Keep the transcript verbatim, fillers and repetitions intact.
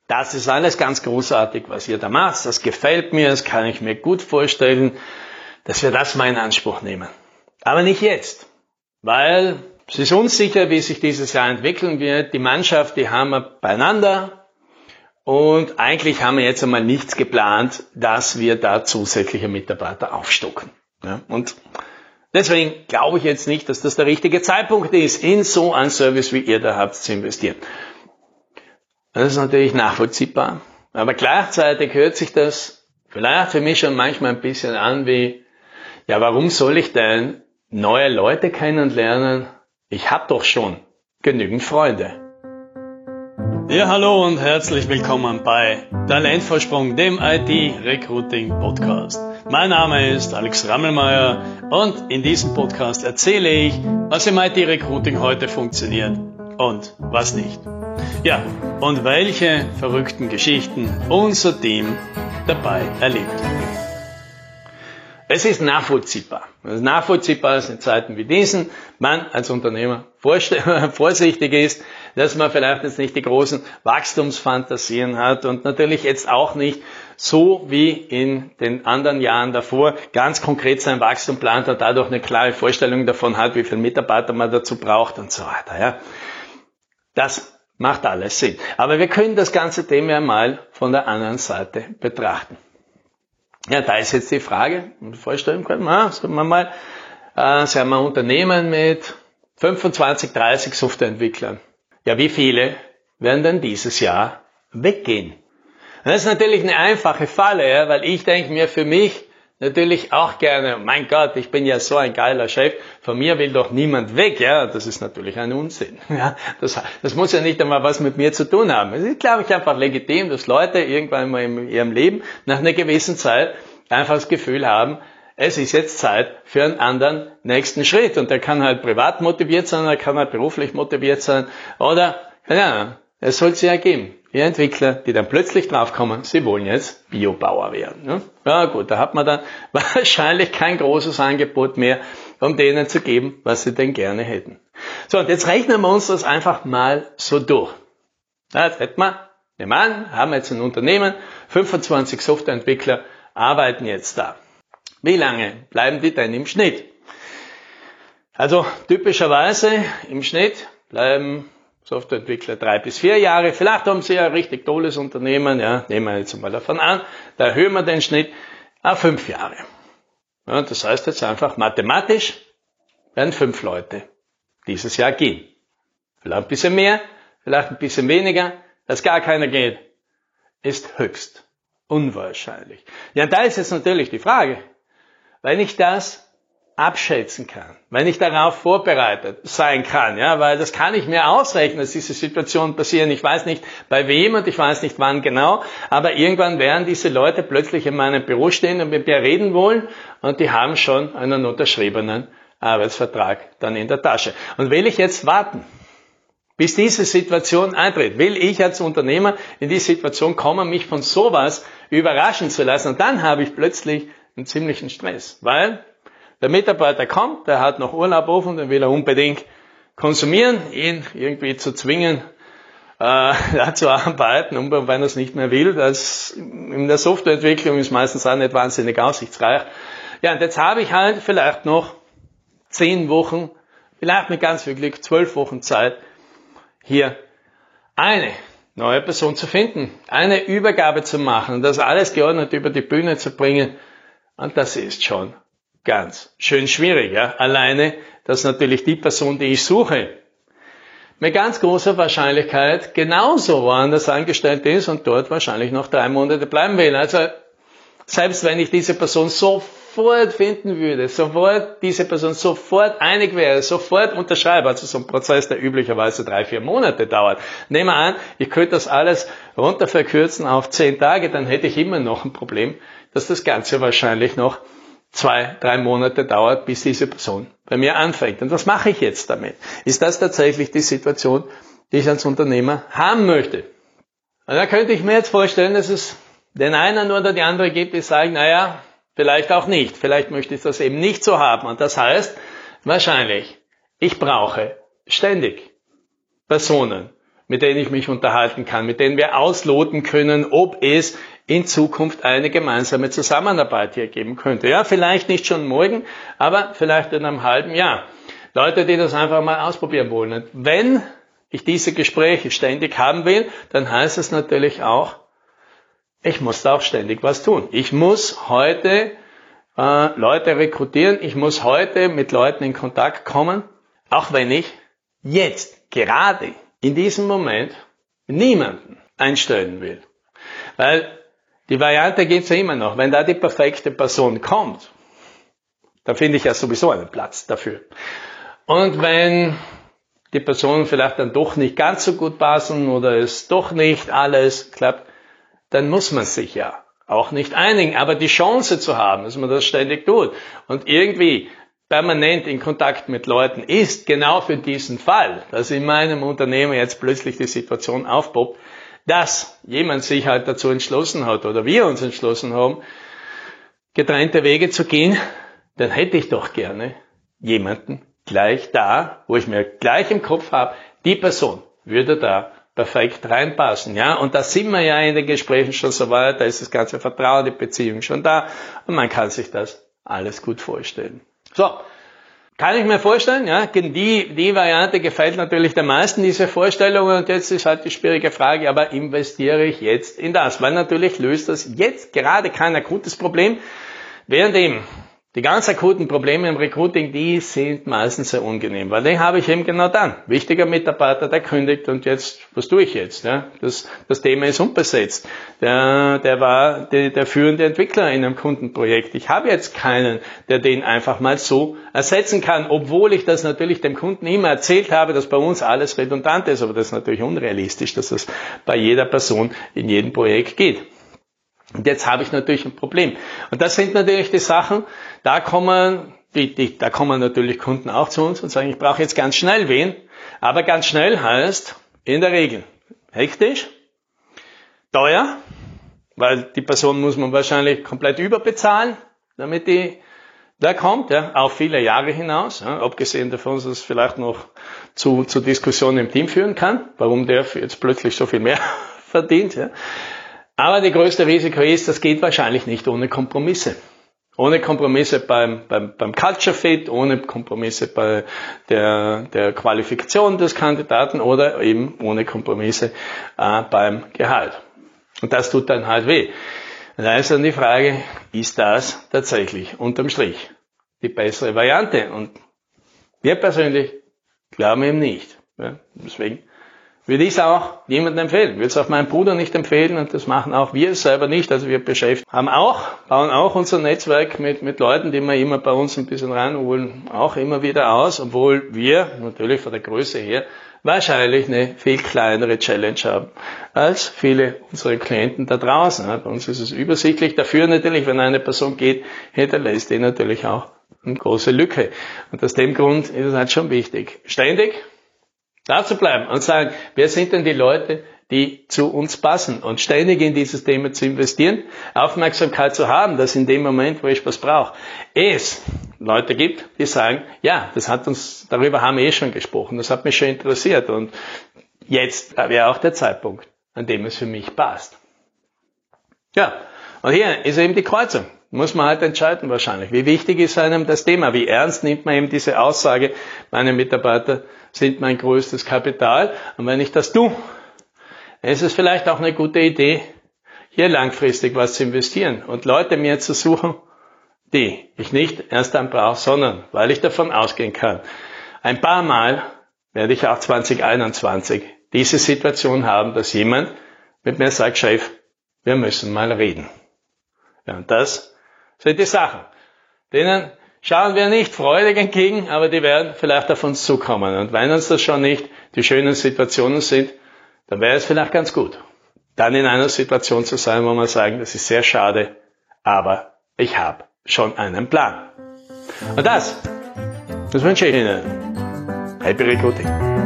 das ist alles ganz großartig, was ihr da macht, das gefällt mir, das kann ich mir gut vorstellen, dass wir das mal in Anspruch nehmen. Aber nicht jetzt, weil es ist unsicher, wie sich dieses Jahr entwickeln wird. Die Mannschaft, die haben wir beieinander und eigentlich haben wir jetzt einmal nichts geplant, dass wir da zusätzliche Mitarbeiter aufstocken. Ja, und deswegen glaube ich jetzt nicht, dass das der richtige Zeitpunkt ist, in so einen Service, wie ihr da habt, zu investieren. Das ist natürlich nachvollziehbar, aber gleichzeitig hört sich das vielleicht für mich schon manchmal ein bisschen an wie, ja, warum soll ich denn neue Leute kennenlernen? Ich habe doch schon genügend Freunde. Ja, hallo und herzlich willkommen bei Talentvorsprung, dem I T-Recruiting-Podcast. Mein Name ist Alex Rammelmeier und in diesem Podcast erzähle ich, was im I T-Recruiting heute funktioniert und was nicht. Ja, und welche verrückten Geschichten unser Team dabei erlebt. Es ist nachvollziehbar. Es ist nachvollziehbar, dass in Zeiten wie diesen man als Unternehmer vorsichtig ist, dass man vielleicht jetzt nicht die großen Wachstumsfantasien hat und natürlich jetzt auch nicht so wie in den anderen Jahren davor ganz konkret sein Wachstum plant und dadurch eine klare Vorstellung davon hat, wie viele Mitarbeiter man dazu braucht und so weiter. Ja. Das macht alles Sinn. Aber wir können das ganze Thema ja mal von der anderen Seite betrachten. Ja, da ist jetzt die Frage, vorstellen können wir, sagen wir mal, äh, Sie haben ein Unternehmen mit fünfundzwanzig, dreißig Softwareentwicklern. Ja, wie viele werden denn dieses Jahr weggehen? Und das ist natürlich eine einfache Falle, ja, weil ich denke mir für mich natürlich auch gerne, mein Gott, ich bin ja so ein geiler Chef, von mir will doch niemand weg, ja, das ist natürlich ein Unsinn. Ja, das, das muss ja nicht einmal was mit mir zu tun haben. Es ist, glaube ich, einfach legitim, dass Leute irgendwann mal in ihrem Leben nach einer gewissen Zeit einfach das Gefühl haben, es ist jetzt Zeit für einen anderen nächsten Schritt. Und der kann halt privat motiviert sein, er kann halt beruflich motiviert sein oder, ja, es soll es ja geben. Ihr Entwickler, die dann plötzlich draufkommen, sie wollen jetzt Biobauer werden. Ne? Ja gut, da hat man dann wahrscheinlich kein großes Angebot mehr, um denen zu geben, was sie denn gerne hätten. So, und jetzt rechnen wir uns das einfach mal so durch. Ja, jetzt hätten wir, nehmen wir an, haben jetzt ein Unternehmen, fünfundzwanzig Softwareentwickler arbeiten jetzt da. Wie lange bleiben die denn im Schnitt? Also typischerweise im Schnitt bleiben Softwareentwickler drei bis vier Jahre. Vielleicht haben sie ja ein richtig tolles Unternehmen, ja, nehmen wir jetzt mal davon an, da erhöhen wir den Schnitt auf fünf Jahre. Ja, das heißt jetzt einfach mathematisch werden fünf Leute dieses Jahr gehen. Vielleicht ein bisschen mehr, vielleicht ein bisschen weniger, dass gar keiner geht, ist höchst unwahrscheinlich. Ja, da ist jetzt natürlich die Frage, wenn ich das abschätzen kann, wenn ich darauf vorbereitet sein kann, ja, weil das kann ich mir ausrechnen, dass diese Situationen passieren. Ich weiß nicht bei wem und ich weiß nicht wann genau, aber irgendwann werden diese Leute plötzlich in meinem Büro stehen und mit mir reden wollen und die haben schon einen unterschriebenen Arbeitsvertrag dann in der Tasche. Und will ich jetzt warten, bis diese Situation eintritt? Will ich als Unternehmer in die Situation kommen, mich von sowas überraschen zu lassen? Und dann habe ich plötzlich einen ziemlichen Stress, weil der Mitarbeiter kommt, der hat noch Urlaub offen, den will er unbedingt konsumieren, ihn irgendwie zu zwingen, äh, ja, zu arbeiten, und wenn er es nicht mehr will. Das in der Softwareentwicklung ist meistens auch nicht wahnsinnig aussichtsreich. Ja, und jetzt habe ich halt vielleicht noch zehn Wochen, vielleicht mit ganz viel Glück zwölf Wochen Zeit, hier eine neue Person zu finden, eine Übergabe zu machen und das alles geordnet über die Bühne zu bringen. Und das ist schon ganz schön schwierig, ja. Alleine, dass natürlich die Person, die ich suche, mit ganz großer Wahrscheinlichkeit genauso woanders angestellt ist und dort wahrscheinlich noch drei Monate bleiben will. Also, selbst wenn ich diese Person sofort finden würde, sofort diese Person sofort einig wäre, sofort unterschreibe, also so ein Prozess, der üblicherweise drei, vier Monate dauert. Nehmen wir an, ich könnte das alles runter verkürzen auf zehn Tage, dann hätte ich immer noch ein Problem, dass das Ganze wahrscheinlich noch zwei, drei Monate dauert, bis diese Person bei mir anfängt. Und was mache ich jetzt damit? Ist das tatsächlich die Situation, die ich als Unternehmer haben möchte? Und da könnte ich mir jetzt vorstellen, dass es den einen oder die andere gibt, die sagen, naja, vielleicht auch nicht. Vielleicht möchte ich das eben nicht so haben. Und das heißt, wahrscheinlich, ich brauche ständig Personen mit denen ich mich unterhalten kann, mit denen wir ausloten können, ob es in Zukunft eine gemeinsame Zusammenarbeit hier geben könnte. Ja, vielleicht nicht schon morgen, aber vielleicht in einem halben Jahr. Leute, die das einfach mal ausprobieren wollen. Und wenn ich diese Gespräche ständig haben will, dann heißt es natürlich auch, ich muss da auch ständig was tun. Ich muss heute äh, Leute rekrutieren, ich muss heute mit Leuten in Kontakt kommen, auch wenn ich jetzt, gerade in diesem Moment, niemanden einstellen will. Weil die Variante gibt's ja immer noch. Wenn da die perfekte Person kommt, dann finde ich ja sowieso einen Platz dafür. Und wenn die Personen vielleicht dann doch nicht ganz so gut passen oder es doch nicht alles klappt, dann muss man sich ja auch nicht einigen. Aber die Chance zu haben, dass man das ständig tut und irgendwie permanent in Kontakt mit Leuten ist, genau für diesen Fall, dass in meinem Unternehmen jetzt plötzlich die Situation aufpoppt, dass jemand sich halt dazu entschlossen hat oder wir uns entschlossen haben, getrennte Wege zu gehen, dann hätte ich doch gerne jemanden gleich da, wo ich mir gleich im Kopf habe, die Person würde da perfekt reinpassen, ja, und da sind wir ja in den Gesprächen schon so weit, da ist das ganze Vertrauen, die Beziehung schon da und man kann sich das alles gut vorstellen. So, kann ich mir vorstellen, ja, die, die Variante gefällt natürlich der meisten, diese Vorstellung, und jetzt ist halt die schwierige Frage, aber investiere ich jetzt in das? Weil natürlich löst das jetzt gerade kein akutes Problem, während eben die ganz akuten Probleme im Recruiting, die sind meistens sehr unangenehm, weil den habe ich eben genau dann. Wichtiger Mitarbeiter, der kündigt und jetzt, was tue ich jetzt? Ja? Das, das Thema ist unbesetzt. Der, der war der, der führende Entwickler in einem Kundenprojekt. Ich habe jetzt keinen, der den einfach mal so ersetzen kann, obwohl ich das natürlich dem Kunden immer erzählt habe, dass bei uns alles redundant ist, aber das ist natürlich unrealistisch, dass das bei jeder Person in jedem Projekt geht. Und jetzt habe ich natürlich ein Problem. Und das sind natürlich die Sachen, da kommen, die, die, da kommen natürlich Kunden auch zu uns und sagen, ich brauche jetzt ganz schnell wen. Aber ganz schnell heißt in der Regel hektisch, teuer, weil die Person muss man wahrscheinlich komplett überbezahlen, damit die da kommt, ja, auf viele Jahre hinaus, ja, abgesehen davon, dass es vielleicht noch zu, zu Diskussionen im Team führen kann, warum der jetzt plötzlich so viel mehr verdient. Ja. Aber die größte Risiko ist, das geht wahrscheinlich nicht ohne Kompromisse. Ohne Kompromisse beim, beim, beim Culture Fit, ohne Kompromisse bei der, der Qualifikation des Kandidaten oder eben ohne Kompromisse äh, beim Gehalt. Und das tut dann halt weh. Da ist dann die Frage, ist das tatsächlich unterm Strich die bessere Variante? Und wir persönlich glauben eben nicht. Ja, deswegen würde ich es auch niemandem empfehlen. Würde es auch meinem Bruder nicht empfehlen und das machen auch wir selber nicht. Also wir beschäftigen, haben auch, bauen auch unser Netzwerk mit, mit Leuten, die wir immer bei uns ein bisschen reinholen, auch immer wieder aus, obwohl wir natürlich von der Größe her wahrscheinlich eine viel kleinere Challenge haben als viele unserer Klienten da draußen. Bei uns ist es übersichtlich. Dafür natürlich, wenn eine Person geht, hinterlässt die natürlich auch eine große Lücke. Und aus dem Grund ist es halt schon wichtig, ständig da zu bleiben und sagen, wer sind denn die Leute, die zu uns passen und ständig in dieses Thema zu investieren, Aufmerksamkeit zu haben, dass in dem Moment, wo ich was brauche, es Leute gibt, die sagen, ja, das hat uns, darüber haben wir eh schon gesprochen, das hat mich schon interessiert und jetzt wäre auch der Zeitpunkt, an dem es für mich passt. Ja, und hier ist eben die Kreuzung. Muss man halt entscheiden wahrscheinlich. Wie wichtig ist einem das Thema? Wie ernst nimmt man eben diese Aussage, meine Mitarbeiter sind mein größtes Kapital? Und wenn ich das tue, dann ist es vielleicht auch eine gute Idee, hier langfristig was zu investieren und Leute mir zu suchen, die ich nicht erst dann brauche, sondern weil ich davon ausgehen kann. Ein paar Mal werde ich auch zwanzig einundzwanzig diese Situation haben, dass jemand mit mir sagt, Chef, wir müssen mal reden. Ja, und das sind die Sachen. Denen schauen wir nicht freudig entgegen, aber die werden vielleicht auf uns zukommen. Und wenn uns das schon nicht die schönen Situationen sind, dann wäre es vielleicht ganz gut, dann in einer Situation zu sein, wo man sagen, das ist sehr schade, aber ich habe schon einen Plan. Und das, das wünsche ich Ihnen. Happy Recruiting.